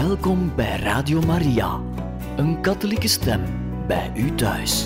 Welkom bij Radio Maria, een katholieke stem bij u thuis.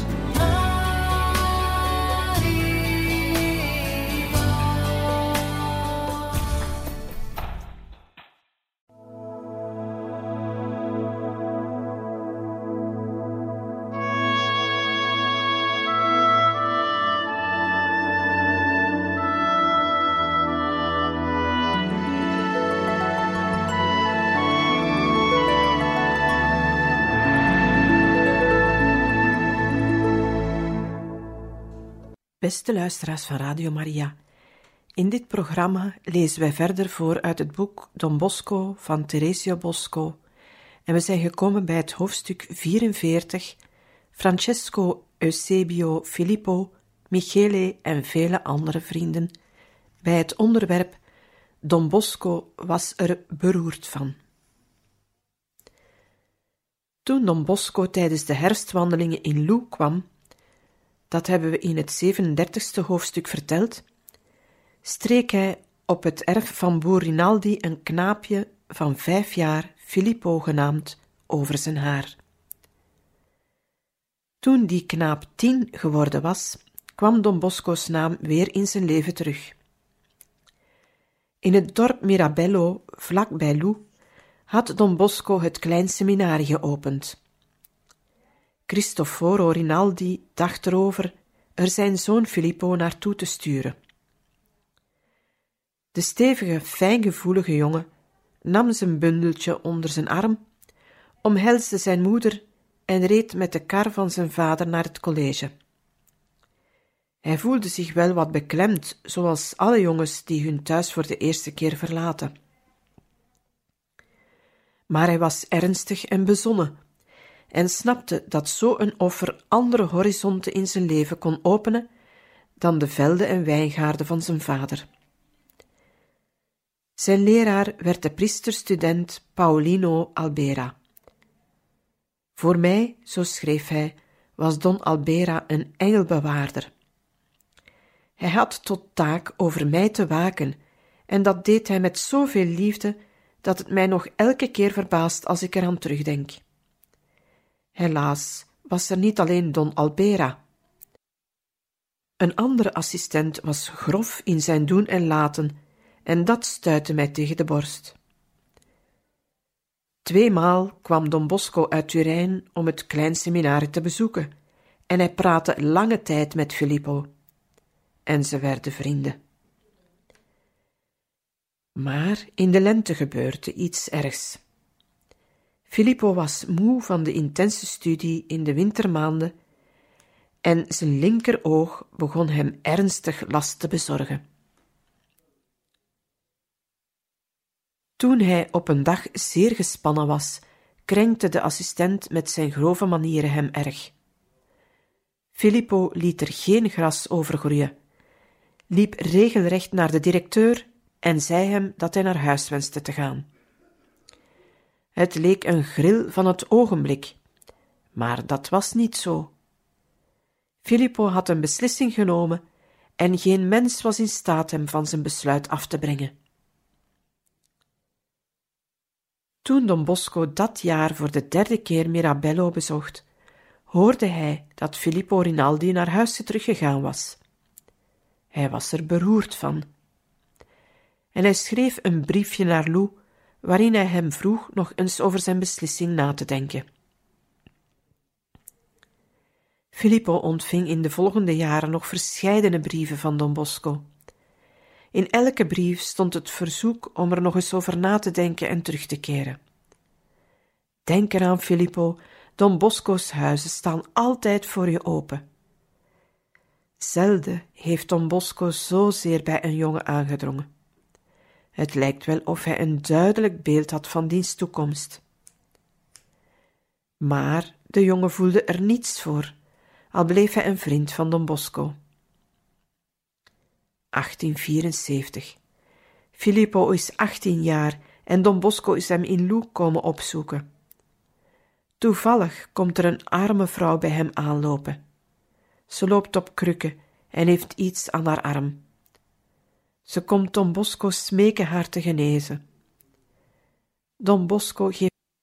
Beste luisteraars van Radio Maria, in dit programma lezen wij verder voor uit het boek Don Bosco van Teresio Bosco en we zijn gekomen bij het hoofdstuk 44, Francesco, Eusebio, Filippo, Michele en vele andere vrienden, bij het onderwerp Don Bosco was er beroerd van. Toen Don Bosco tijdens de herfstwandelingen in Lou kwam, dat hebben we in het 37e hoofdstuk verteld, streek hij op het erf van boer Rinaldi een knaapje van 5 jaar, Filippo genaamd, over zijn haar. Toen die knaap 10 geworden was, kwam Don Bosco's naam weer in zijn leven terug. In het dorp Mirabello, vlak bij Lou, had Don Bosco het klein seminarie geopend. Cristoforo Rinaldi dacht erover er zijn zoon Filippo naartoe te sturen. De stevige, fijngevoelige jongen nam zijn bundeltje onder zijn arm, omhelsde zijn moeder en reed met de kar van zijn vader naar het college. Hij voelde zich wel wat beklemd, zoals alle jongens die hun thuis voor de eerste keer verlaten. Maar hij was ernstig en bezonnen en snapte dat zo'n offer andere horizonten in zijn leven kon openen dan de velden en wijngaarden van zijn vader. Zijn leraar werd de priesterstudent Paolino Albera. Voor mij, zo schreef hij, was Don Albera een engelbewaarder. Hij had tot taak over mij te waken en dat deed hij met zoveel liefde dat het mij nog elke keer verbaast als ik eraan terugdenk. Helaas was er niet alleen Don Albera. Een andere assistent was grof in zijn doen en laten, en dat stuitte mij tegen de borst. 2 maal kwam Don Bosco uit Turijn om het klein seminarie te bezoeken, en hij praatte lange tijd met Filippo. En ze werden vrienden. Maar in de lente gebeurde iets ergs. Filippo was moe van de intense studie in de wintermaanden en zijn linkeroog begon hem ernstig last te bezorgen. Toen hij op een dag zeer gespannen was, krenkte de assistent met zijn grove manieren hem erg. Filippo liet er geen gras over groeien, liep regelrecht naar de directeur en zei hem dat hij naar huis wenste te gaan. Het leek een gril van het ogenblik, maar dat was niet zo. Filippo had een beslissing genomen en geen mens was in staat hem van zijn besluit af te brengen. Toen Don Bosco dat jaar voor de 3e keer Mirabello bezocht, hoorde hij dat Filippo Rinaldi naar huis teruggegaan was. Hij was er beroerd van. En hij schreef een briefje naar Lou, waarin hij hem vroeg nog eens over zijn beslissing na te denken. Filippo ontving in de volgende jaren nog verscheidene brieven van Don Bosco. In elke brief stond het verzoek om er nog eens over na te denken en terug te keren. Denk eraan, Filippo, Don Bosco's huizen staan altijd voor je open. Zelden heeft Don Bosco zozeer bij een jongen aangedrongen. Het lijkt wel of hij een duidelijk beeld had van diens toekomst. Maar de jongen voelde er niets voor, al bleef hij een vriend van Don Bosco. 1874. Filippo is 18 jaar en Don Bosco is hem in Lou komen opzoeken. Toevallig komt er een arme vrouw bij hem aanlopen. Ze loopt op krukken en heeft iets aan haar arm. Ze komt Don Bosco smeken haar te genezen. Don Bosco geeft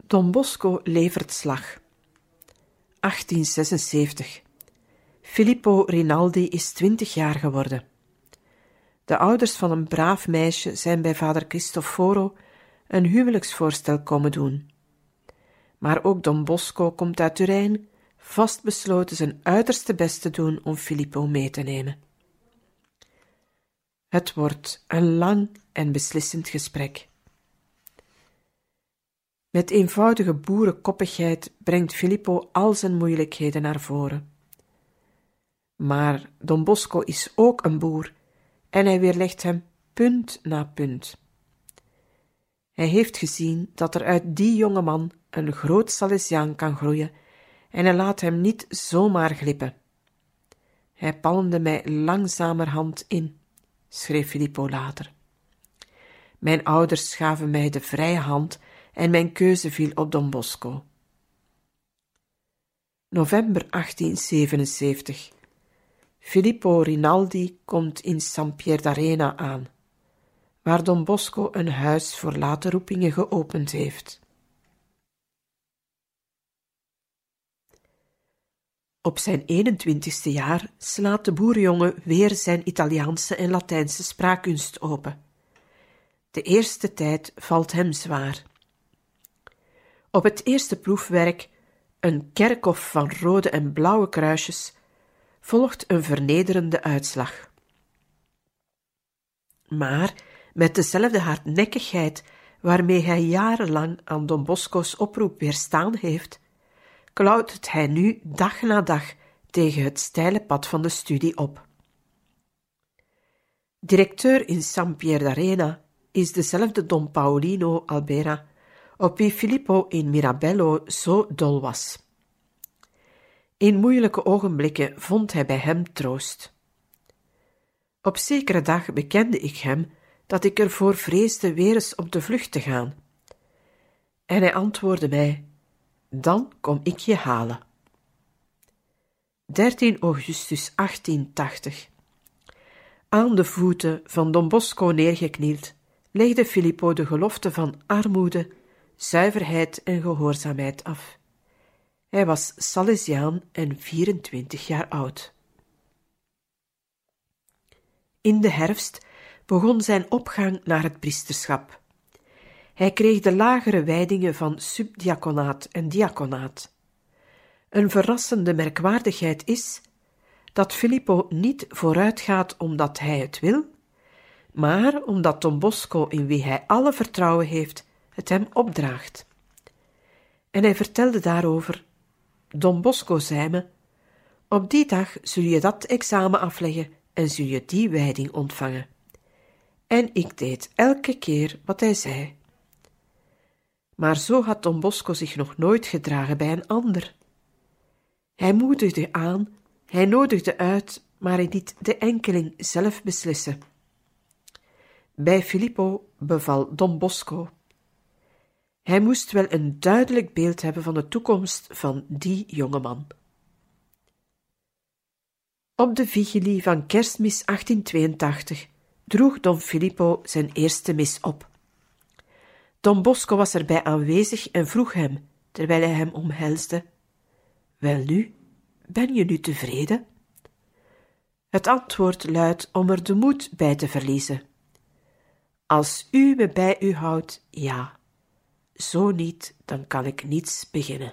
Don Bosco levert slag. 1876. Filippo Rinaldi is 20 jaar geworden. De ouders van een braaf meisje zijn bij vader Cristoforo een huwelijksvoorstel komen doen. Maar ook Don Bosco komt uit Turijn, vastbesloten zijn uiterste best te doen om Filippo mee te nemen. Het wordt een lang en beslissend gesprek. Met eenvoudige boerenkoppigheid brengt Filippo al zijn moeilijkheden naar voren. Maar Don Bosco is ook een boer en hij weerlegt hem punt na punt. Hij heeft gezien dat er uit die jonge man een groot Salesiaan kan groeien en hij laat hem niet zomaar glippen. Hij palmde mij langzamerhand in, schreef Filippo later. Mijn ouders gaven mij de vrije hand en mijn keuze viel op Don Bosco. November 1877. Filippo Rinaldi komt in San Pierdarena aan, waar Don Bosco een huis voor late roepingen geopend heeft. Op zijn 21ste jaar slaat de boerenjongen weer zijn Italiaanse en Latijnse spraakkunst open. De eerste tijd valt hem zwaar. Op het eerste proefwerk, een kerkhof van rode en blauwe kruisjes, volgt een vernederende uitslag. Maar met dezelfde hardnekkigheid waarmee hij jarenlang aan Don Bosco's oproep weerstaan heeft, klautert hij nu dag na dag tegen het steile pad van de studie op. Directeur in San Pierdarena is dezelfde Don Paolino Albera, op wie Filippo in Mirabello zo dol was. In moeilijke ogenblikken vond hij bij hem troost. Op zekere dag bekende ik hem dat ik ervoor vreesde weer eens op de vlucht te gaan. En hij antwoordde mij: dan kom ik je halen. 13 augustus 1880. Aan de voeten van Don Bosco neergeknield, legde Filippo de gelofte van armoede, zuiverheid en gehoorzaamheid af. Hij was Salesiaan en 24 jaar oud. In de herfst begon zijn opgang naar het priesterschap. Hij kreeg de lagere wijdingen van subdiaconaat en diaconaat. Een verrassende merkwaardigheid is dat Filippo niet vooruitgaat omdat hij het wil, maar omdat Don Bosco, in wie hij alle vertrouwen heeft, het hem opdraagt. En hij vertelde daarover: Don Bosco zei me: op die dag zul je dat examen afleggen en zul je die wijding ontvangen. En ik deed elke keer wat hij zei. Maar zo had Don Bosco zich nog nooit gedragen bij een ander. Hij moedigde aan, hij nodigde uit, maar hij liet de enkeling zelf beslissen. Bij Filippo beval Don Bosco. Hij moest wel een duidelijk beeld hebben van de toekomst van die jongeman. Op de vigilie van Kerstmis 1882 droeg Don Filippo zijn eerste mis op. Don Bosco was erbij aanwezig en vroeg hem, terwijl hij hem omhelsde: welnu, ben je nu tevreden? Het antwoord luidt om er de moed bij te verliezen: als u me bij u houdt, ja. Zo niet, dan kan ik niets beginnen.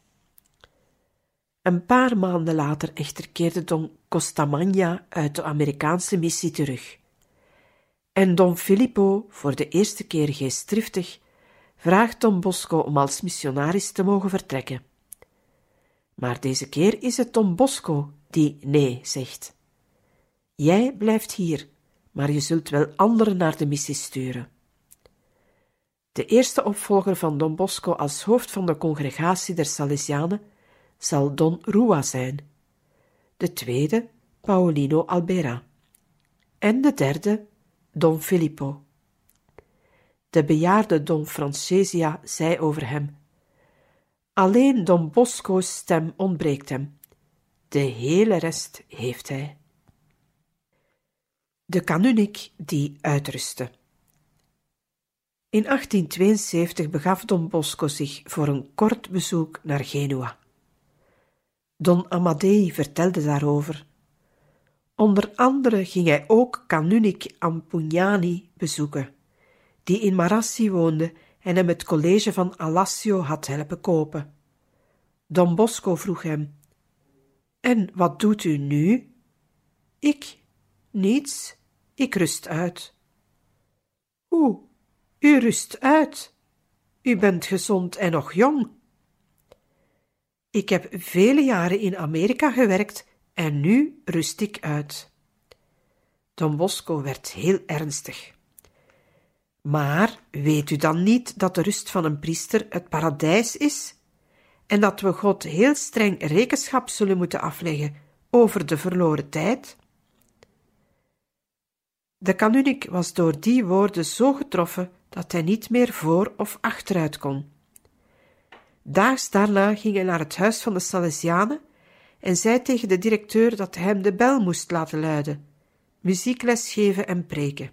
Een paar maanden later echter keerde Don Costamagna uit de Amerikaanse missie terug. En Don Filippo, voor de eerste keer geestdriftig, vraagt Don Bosco om als missionaris te mogen vertrekken. Maar deze keer is het Don Bosco die nee zegt. Jij blijft hier, maar je zult wel anderen naar de missie sturen. De eerste opvolger van Don Bosco als hoofd van de congregatie der Salesianen zal Don Rua zijn, de tweede Paolino Albera en de derde Don Filippo. De bejaarde Don Francesia zei over hem: alleen Don Bosco's stem ontbreekt hem, de hele rest heeft hij. De kanunnik die uitrustte. In 1872 begaf Don Bosco zich voor een kort bezoek naar Genua. Don Amadei vertelde daarover. Onder andere ging hij ook kanunik Ampugnani bezoeken, die in Marassi woonde en hem het college van Alassio had helpen kopen. Don Bosco vroeg hem: "En wat doet u nu?" "Ik? Niets. Ik rust uit." "Hoe? U rust uit? U bent gezond en nog jong." "Ik heb vele jaren in Amerika gewerkt en nu rust ik uit." Don Bosco werd heel ernstig. "Maar weet u dan niet dat de rust van een priester het paradijs is en dat we God heel streng rekenschap zullen moeten afleggen over de verloren tijd?" De kanunik was door die woorden zo getroffen dat hij niet meer voor of achteruit kon. Daags daarna ging hij naar het huis van de Salesianen en zei tegen de directeur dat hij hem de bel moest laten luiden, muziekles geven en preken.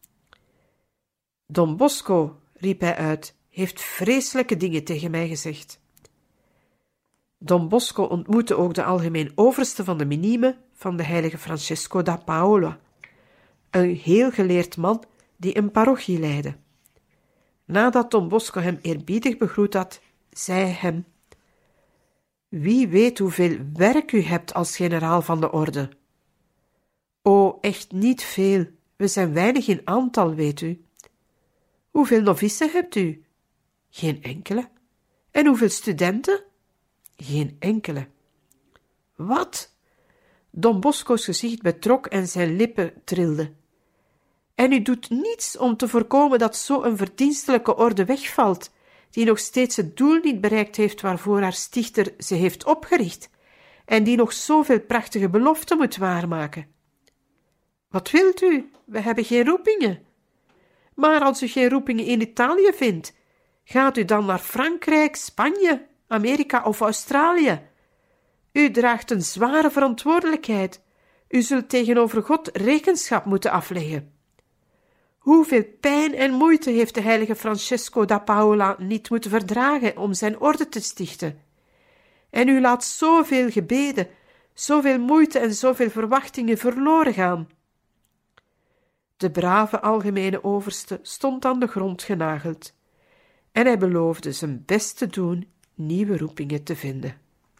"Don Bosco," riep hij uit, "heeft vreselijke dingen tegen mij gezegd." Don Bosco ontmoette ook de algemeen overste van de minimen van de heilige Francesco da Paola, een heel geleerd man die een parochie leidde. Nadat Don Bosco hem eerbiedig begroet had, zei hij hem: "Wie weet hoeveel werk u hebt als generaal van de orde?" "O, echt niet veel. We zijn weinig in aantal, weet u." "Hoeveel novicen hebt u?" "Geen enkele." "En hoeveel studenten?" "Geen enkele." "Wat?" Don Bosco's gezicht betrok en zijn lippen trilden. "En u doet niets om te voorkomen dat zo'n verdienstelijke orde wegvalt, die nog steeds het doel niet bereikt heeft waarvoor haar stichter ze heeft opgericht, en die nog zoveel prachtige beloften moet waarmaken." "Wat wilt u? We hebben geen roepingen." "Maar als u geen roepingen in Italië vindt, gaat u dan naar Frankrijk, Spanje, Amerika of Australië? U draagt een zware verantwoordelijkheid. U zult tegenover God rekenschap moeten afleggen. Hoeveel pijn en moeite heeft de heilige Francesco da Paola niet moeten verdragen om zijn orde te stichten? En u laat zoveel gebeden, zoveel moeite en zoveel verwachtingen verloren gaan." De brave algemene overste stond aan de grond genageld en hij beloofde zijn best te doen nieuwe roepingen te vinden.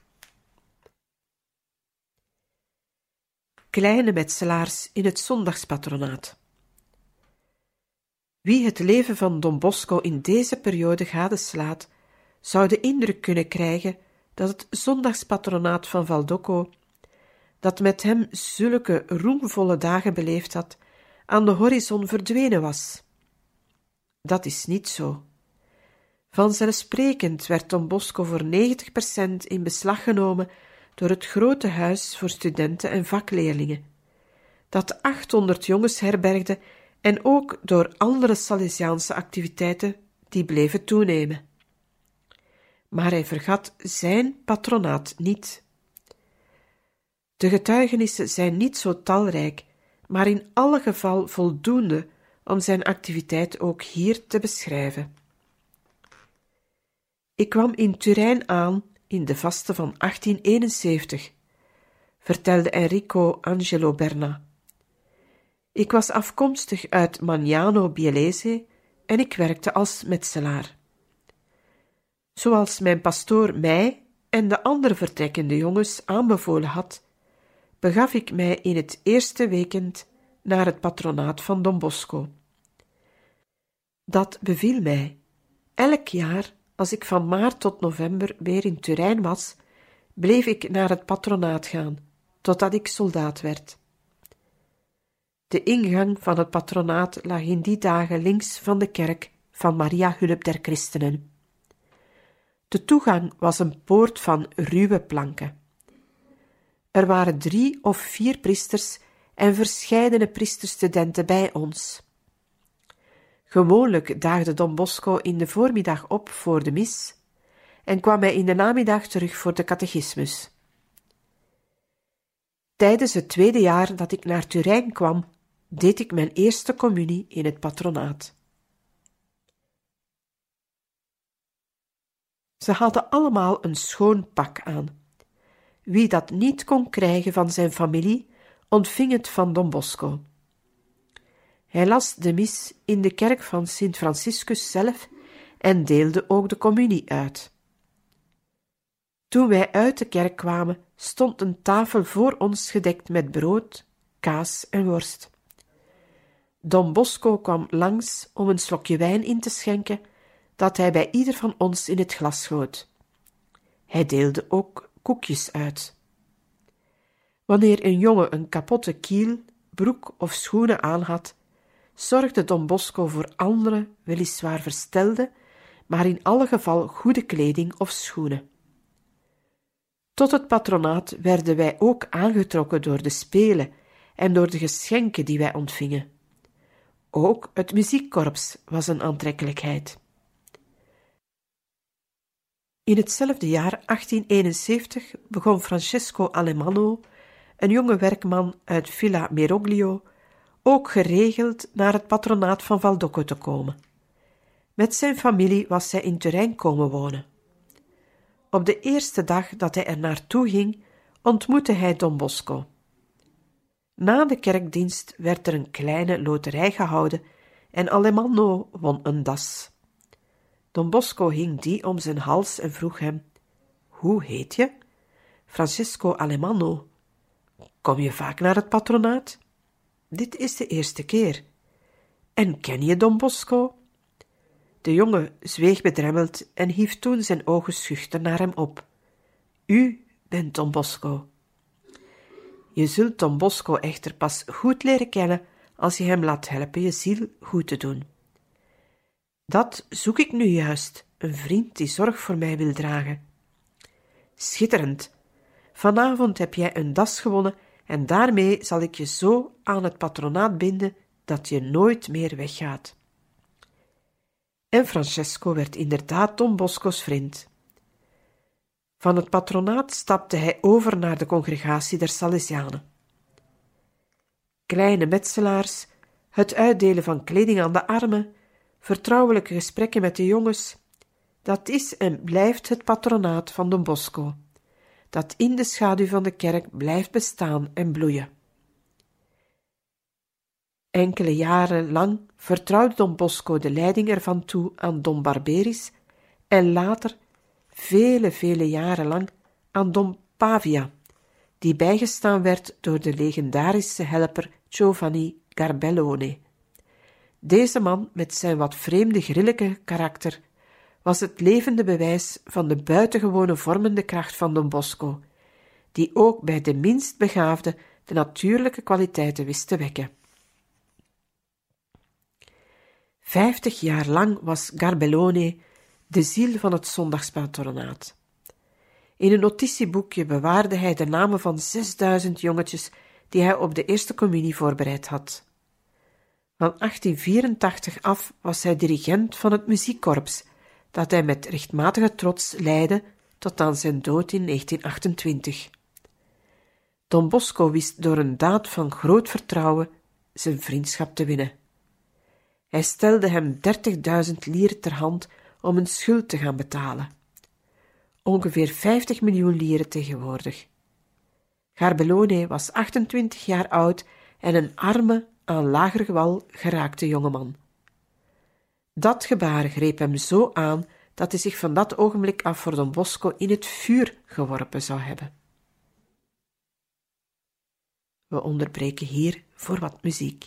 Kleine metselaars in het zondagspatronaat. Wie het leven van Don Bosco in deze periode gadeslaat, zou de indruk kunnen krijgen dat het zondagspatronaat van Valdocco, dat met hem zulke roemvolle dagen beleefd had, aan de horizon verdwenen was. Dat is niet zo. Vanzelfsprekend werd Don Bosco voor 90% in beslag genomen door het grote huis voor studenten en vakleerlingen, dat 800 jongens herbergde, en ook door andere Salesiaanse activiteiten die bleven toenemen. Maar hij vergat zijn patronaat niet. De getuigenissen zijn niet zo talrijk, maar in alle geval voldoende om zijn activiteit ook hier te beschrijven. "Ik kwam in Turijn aan in de vaste van 1871, vertelde Enrico Angelo Berna. Ik was afkomstig uit Magnano Biellese en ik werkte als metselaar. Zoals mijn pastoor mij en de andere vertrekkende jongens aanbevolen had, begaf ik mij in het eerste weekend naar het patronaat van Don Bosco. Dat beviel mij. Elk jaar, als ik van maart tot november weer in Turijn was, bleef ik naar het patronaat gaan, totdat ik soldaat werd. De ingang van het patronaat lag in die dagen links van de kerk van Maria Hulp der Christenen. De toegang was een poort van ruwe planken. Er waren 3 of 4 priesters en verscheidene priesterstudenten bij ons. Gewoonlijk daagde Don Bosco in de voormiddag op voor de mis en kwam hij in de namiddag terug voor de catechismus. Tijdens het 2e jaar dat ik naar Turijn kwam, deed ik mijn eerste communie in het patronaat. Ze hadden allemaal een schoon pak aan. Wie dat niet kon krijgen van zijn familie, ontving het van Don Bosco. Hij las de mis in de kerk van Sint Franciscus zelf en deelde ook de communie uit. Toen wij uit de kerk kwamen, stond een tafel voor ons gedekt met brood, kaas en worst. Don Bosco kwam langs om een slokje wijn in te schenken, dat hij bij ieder van ons in het glas goot. Hij deelde ook koekjes uit. Wanneer een jongen een kapotte kiel, broek of schoenen aan had, zorgde Don Bosco voor andere, weliswaar verstelde, maar in alle geval goede kleding of schoenen. Tot het patronaat werden wij ook aangetrokken door de spelen en door de geschenken die wij ontvingen. Ook het muziekkorps was een aantrekkelijkheid. In hetzelfde jaar 1871 begon Francesco Alemanno, een jonge werkman uit Villa Meroglio, ook geregeld naar het patronaat van Valdocco te komen. Met zijn familie was hij in Turijn komen wonen. Op de eerste dag dat hij er naartoe ging, ontmoette hij Don Bosco. Na de kerkdienst werd er een kleine loterij gehouden en Alemanno won een das. Don Bosco hing die om zijn hals en vroeg hem: "Hoe heet je?" "Francesco Alemanno." "Kom je vaak naar het patronaat?" "Dit is de eerste keer." "En ken je Don Bosco?" De jongen zweeg bedremmeld en hief toen zijn ogen schuchter naar hem op. "U bent Don Bosco." Je zult Don Bosco echter pas goed leren kennen als je hem laat helpen je ziel goed te doen. Dat zoek ik nu juist, een vriend die zorg voor mij wil dragen. Schitterend. Vanavond heb jij een das gewonnen en daarmee zal ik je zo aan het patronaat binden dat je nooit meer weggaat. En Francesco werd inderdaad Don Bosco's vriend. Van het patronaat stapte hij over naar de congregatie der Salesianen. Kleine metselaars, het uitdelen van kleding aan de armen, vertrouwelijke gesprekken met de jongens, dat is en blijft het patronaat van Don Bosco, dat in de schaduw van de kerk blijft bestaan en bloeien. Enkele jaren lang vertrouwde Don Bosco de leiding ervan toe aan Don Barberis en later, vele jaren lang, aan Don Pavia, die bijgestaan werd door de legendarische helper Giovanni Garbellone. Deze man, met zijn wat vreemde grillige karakter, was het levende bewijs van de buitengewone vormende kracht van Don Bosco, die ook bij de minst begaafde de natuurlijke kwaliteiten wist te wekken. 50 jaar lang was Garbellone de ziel van het zondagspatronaat. In een notitieboekje bewaarde hij de namen van 6000 jongetjes die hij op de eerste communie voorbereid had. Van 1884 af was hij dirigent van het muziekkorps, dat hij met rechtmatige trots leidde tot aan zijn dood in 1928. Don Bosco wist door een daad van groot vertrouwen zijn vriendschap te winnen. Hij stelde hem 30.000 lieren ter hand om een schuld te gaan betalen. Ongeveer 50 miljoen lieren tegenwoordig. Garbellone was 28 jaar oud en een arme, aan lager gewal geraakte jongeman. Dat gebaar greep hem zo aan dat hij zich van dat ogenblik af voor Don Bosco in het vuur geworpen zou hebben. We onderbreken hier voor wat muziek.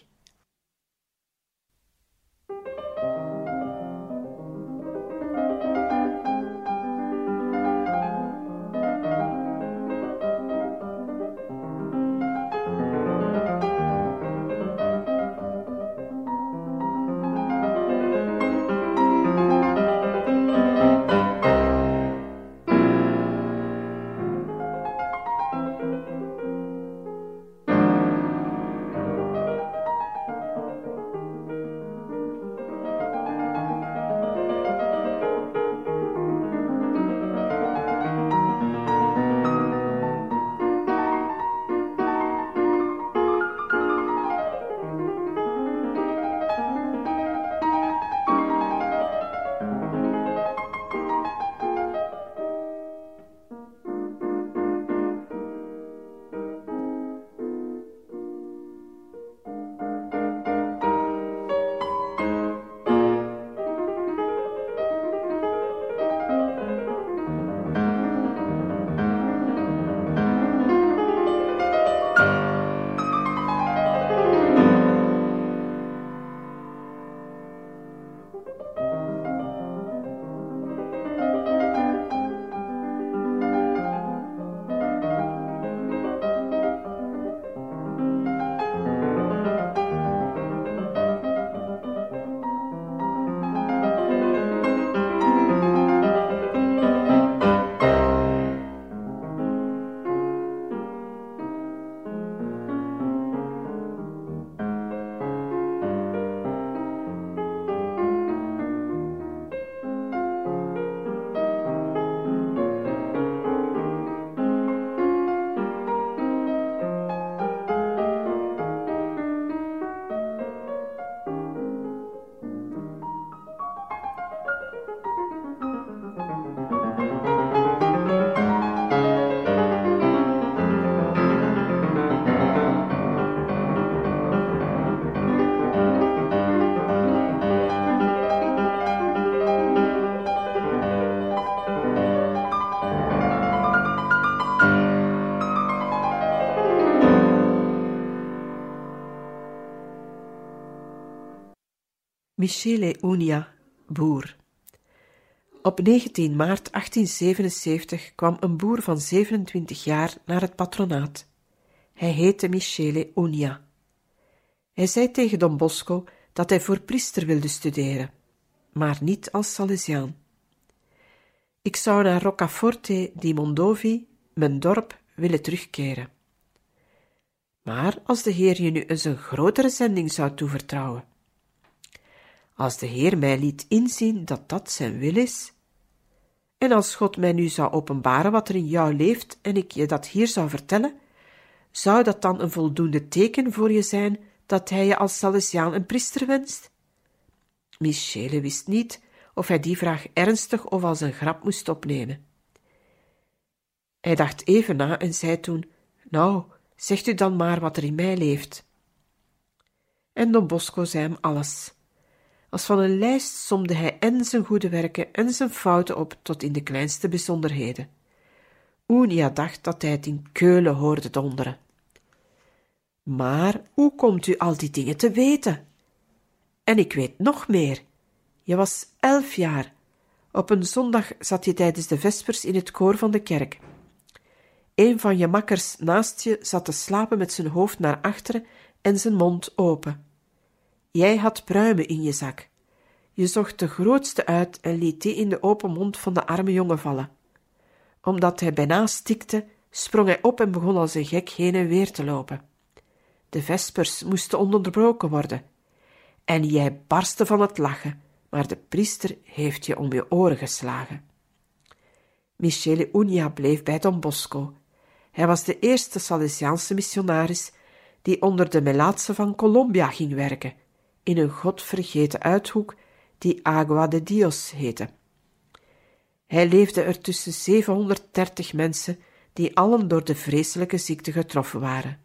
Michele Unia, boer. Op 19 maart 1877 kwam een boer van 27 jaar naar het patronaat. Hij heette Michele Unia. Hij zei tegen Don Bosco dat hij voor priester wilde studeren, maar niet als Salesiaan. Ik zou naar Roccaforte di Mondovi, mijn dorp, willen terugkeren. Maar als de Heer je nu eens een grotere zending zou toevertrouwen. Als de Heer mij liet inzien dat dat zijn wil is, en als God mij nu zou openbaren wat er in jou leeft en ik je dat hier zou vertellen, zou dat dan een voldoende teken voor je zijn dat hij je als Salesiaan een priester wenst? Michele wist niet of hij die vraag ernstig of als een grap moest opnemen. Hij dacht even na en zei toen: nou, zegt u dan maar wat er in mij leeft. En Don Bosco zei hem alles. Als van een lijst somde hij en zijn goede werken en zijn fouten op tot in de kleinste bijzonderheden. Unia dacht dat hij het in Keulen hoorde donderen. Maar hoe komt u al die dingen te weten? En ik weet nog meer. Je was 11 jaar. Op een zondag zat je tijdens de vespers in het koor van de kerk. Een van je makkers naast je zat te slapen met zijn hoofd naar achteren en zijn mond open. Jij had pruimen in je zak. Je zocht de grootste uit en liet die in de open mond van de arme jongen vallen. Omdat hij bijna stikte, sprong hij op en begon als een gek heen en weer te lopen. De vespers moesten onderbroken worden. En jij barstte van het lachen, maar de priester heeft je om je oren geslagen. Michele Unia bleef bij Don Bosco. Hij was de eerste Salesiaanse missionaris die onder de Melaatsen van Colombia ging werken, in een godvergeten uithoek die Agua de Dios heette. Hij leefde er tussen 730 mensen die allen door de vreselijke ziekte getroffen waren.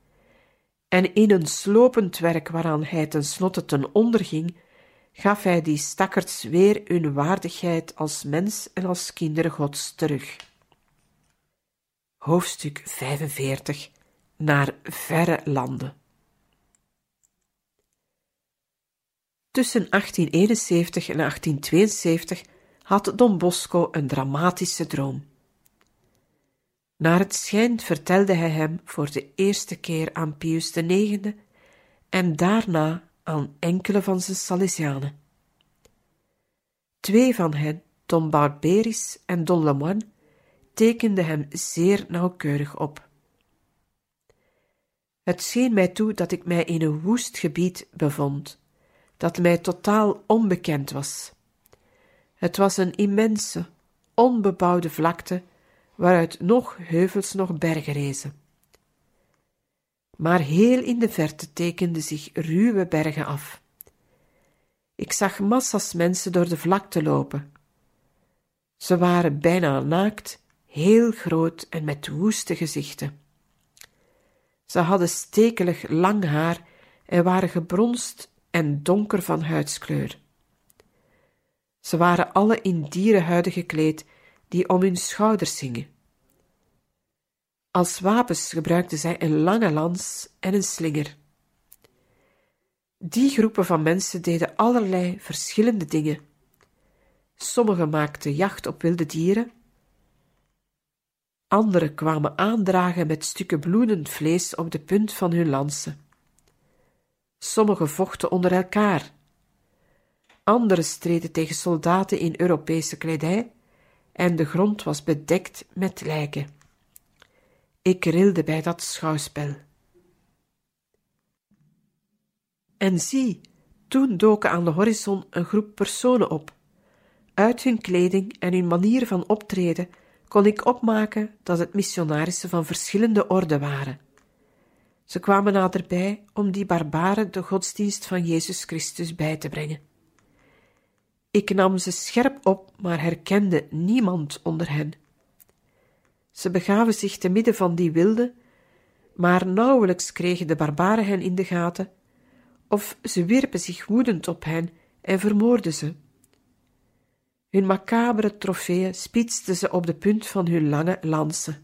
En in een slopend werk waaraan hij tenslotte ten onder ging, gaf hij die stakkerds weer hun waardigheid als mens en als kinderen Gods terug. Hoofdstuk 45. Naar verre landen. Tussen 1871 en 1872 had Don Bosco een dramatische droom. Naar het schijnt vertelde hij hem voor de eerste keer aan Pius IX en daarna aan enkele van zijn Salesianen. 2 van hen, Don Barberis en Don Lemoine, tekenden hem zeer nauwkeurig op. Het scheen mij toe dat ik mij in een woest gebied bevond, dat mij totaal onbekend was. Het was een immense, onbebouwde vlakte, waaruit nog heuvels nog bergen rezen. Maar heel in de verte tekenden zich ruwe bergen af. Ik zag massas mensen door de vlakte lopen. Ze waren bijna naakt, heel groot en met woeste gezichten. Ze hadden stekelig lang haar en waren gebronst en donker van huidskleur. Ze waren alle in dierenhuiden gekleed die om hun schouders hingen. Als wapens gebruikten zij een lange lans en een slinger. Die groepen van mensen deden allerlei verschillende dingen. Sommigen maakten jacht op wilde dieren, anderen kwamen aandragen met stukken bloedend vlees op de punt van hun lansen. Sommigen vochten onder elkaar. Anderen streden tegen soldaten in Europese kledij en de grond was bedekt met lijken. Ik rilde bij dat schouwspel. En zie, toen doken aan de horizon een groep personen op. Uit hun kleding en hun manier van optreden kon ik opmaken dat het missionarissen van verschillende orden waren. Ze kwamen naderbij om die barbaren de godsdienst van Jezus Christus bij te brengen. Ik nam ze scherp op, maar herkende niemand onder hen. Ze begaven zich te midden van die wilden, maar nauwelijks kregen de barbaren hen in de gaten, of ze wierpen zich woedend op hen en vermoordden ze. Hun macabere trofeeën spietsten ze op de punt van hun lange lansen.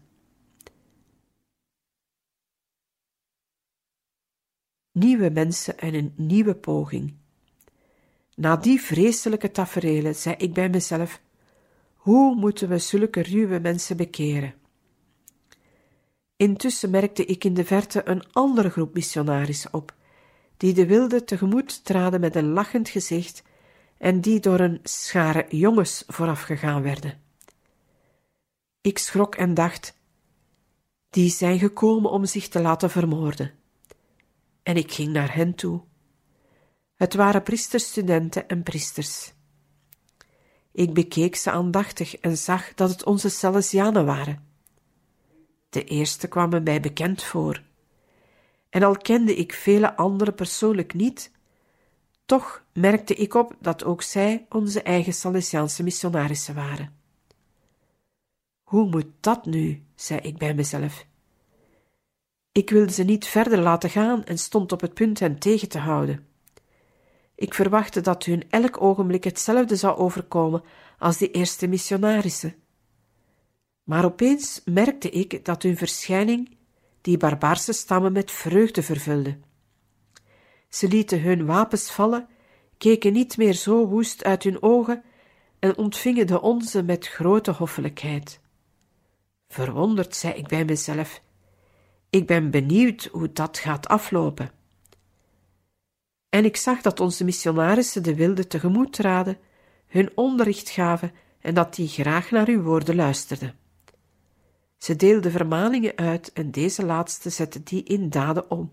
Nieuwe mensen en een nieuwe poging. Na die vreselijke taferelen zei ik bij mezelf: hoe moeten we zulke ruwe mensen bekeren? Intussen merkte ik in de verte een andere groep missionarissen op, die de wilden tegemoet traden met een lachend gezicht en die door een schare jongens voorafgegaan werden. Ik schrok en dacht: die zijn gekomen om zich te laten vermoorden. En ik ging naar hen toe. Het waren priesterstudenten en priesters. Ik bekeek ze aandachtig en zag dat het onze Salesianen waren. De eerste kwamen mij bekend voor. En al kende ik vele anderen persoonlijk niet, toch merkte ik op dat ook zij onze eigen Salesiaanse missionarissen waren. Hoe moet dat nu, zei ik bij mezelf. Ik wilde ze niet verder laten gaan en stond op het punt hen tegen te houden. Ik verwachtte dat hun elk ogenblik hetzelfde zou overkomen als die eerste missionarissen. Maar opeens merkte ik dat hun verschijning die barbaarse stammen met vreugde vervulde. Ze lieten hun wapens vallen, keken niet meer zo woest uit hun ogen en ontvingen de onze met grote hoffelijkheid. Verwonderd zei ik bij mezelf: ik ben benieuwd hoe dat gaat aflopen. En ik zag dat onze missionarissen de wilden tegemoet traden, hun onderricht gaven en dat die graag naar hun woorden luisterden. Ze deelden vermaningen uit en deze laatste zette die in daden om.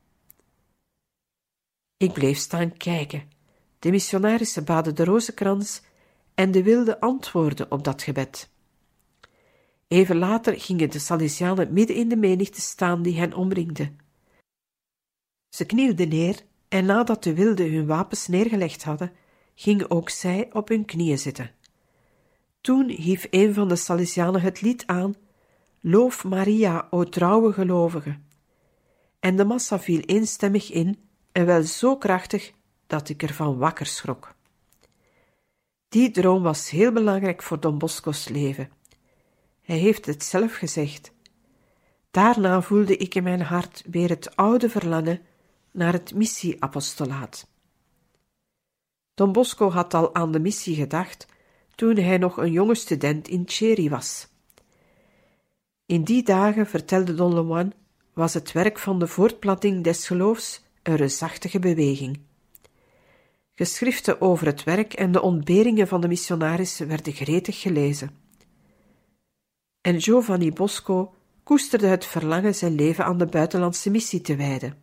Ik bleef staan kijken. De missionarissen baden de rozenkrans en de wilden antwoordden op dat gebed. Even later gingen de Salesianen midden in de menigte staan die hen omringde. Ze knielden neer en nadat de wilden hun wapens neergelegd hadden, gingen ook zij op hun knieën zitten. Toen hief een van de Salesianen het lied aan: Loof Maria, o trouwe gelovige. En de massa viel eenstemmig in en wel zo krachtig dat ik ervan wakker schrok. Die droom was heel belangrijk voor Don Bosco's leven. Hij heeft het zelf gezegd. Daarna voelde ik in mijn hart weer het oude verlangen naar het missie-apostolaat. Don Bosco had al aan de missie gedacht toen hij nog een jonge student in Chieri was. In die dagen, vertelde Don Lemoine, was het werk van de voortplanting des geloofs een reusachtige beweging. Geschriften over het werk en de ontberingen van de missionarissen werden gretig gelezen. En Giovanni Bosco koesterde het verlangen zijn leven aan de buitenlandse missie te wijden.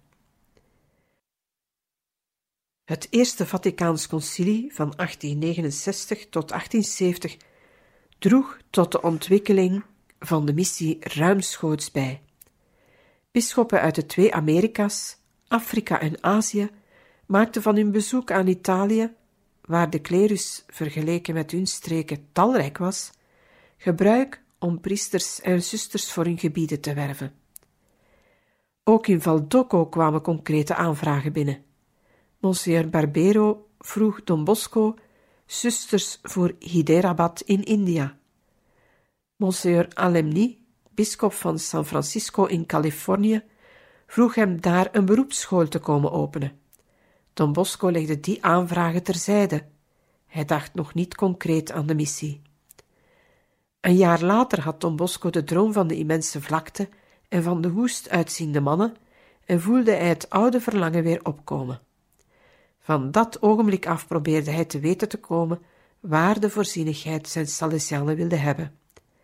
Het Eerste Vaticaans Concilie van 1869 tot 1870 droeg tot de ontwikkeling van de missie ruimschoots bij. Bisschoppen uit de 2 Amerika's, Afrika en Azië, maakten van hun bezoek aan Italië, waar de klerus vergeleken met hun streken talrijk was, gebruik om priesters en zusters voor hun gebieden te werven. Ook in Valdocco kwamen concrete aanvragen binnen. Monsignor Barbero vroeg Don Bosco zusters voor Hyderabad in India. Monsignor Alemni, bisschop van San Francisco in Californië, vroeg hem daar een beroepsschool te komen openen. Don Bosco legde die aanvragen terzijde. Hij dacht nog niet concreet aan de missie. Een jaar later had Don Bosco de droom van de immense vlakte en van de woest uitziende mannen en voelde hij het oude verlangen weer opkomen. Van dat ogenblik af probeerde hij te weten te komen waar de voorzienigheid zijn Salesianen wilde hebben.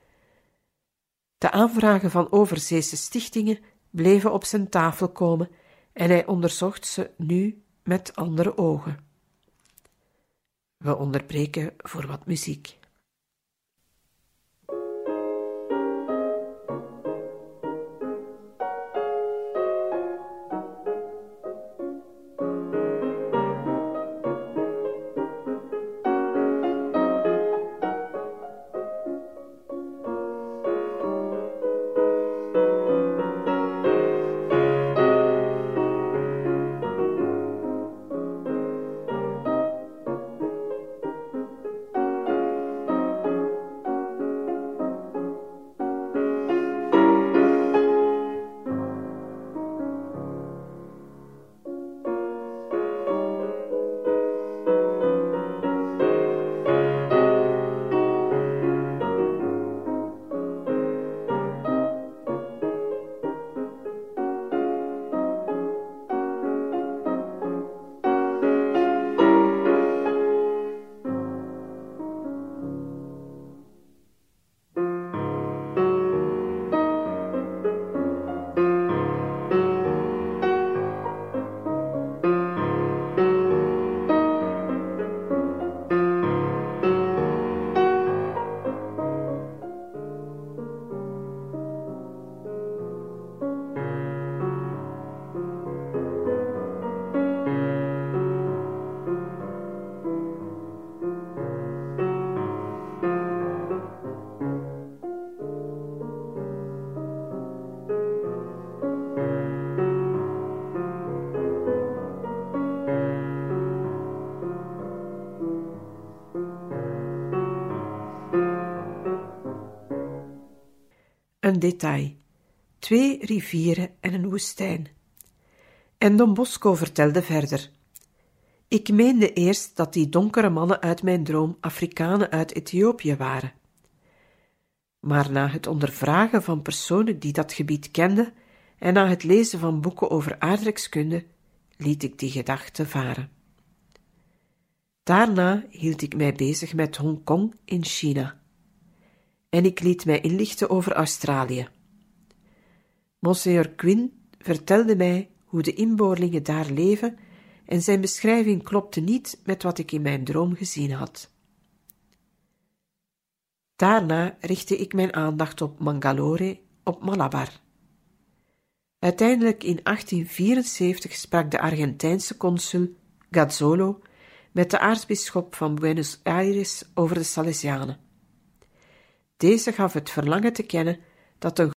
De aanvragen van overzeese stichtingen bleven op zijn tafel komen en hij onderzocht ze nu met andere ogen. We onderbreken voor wat muziek. een detail, 2 rivieren en een woestijn. En Don Bosco vertelde verder. Ik meende eerst dat die donkere mannen uit mijn droom Afrikanen uit Ethiopië waren. Maar na het ondervragen van personen die dat gebied kenden en na het lezen van boeken over aardrijkskunde, liet ik die gedachte varen. Daarna hield ik mij bezig met Hongkong in China. En ik liet mij inlichten over Australië. Monseigneur Quinn vertelde mij hoe de inboorlingen daar leven en zijn beschrijving klopte niet met wat ik in mijn droom gezien had. Daarna richtte ik mijn aandacht op Mangalore, op Malabar. Uiteindelijk in 1874 sprak de Argentijnse consul Gazzolo met de aartsbisschop van Buenos Aires over de Salesianen. Deze gaf het verlangen te kennen dat een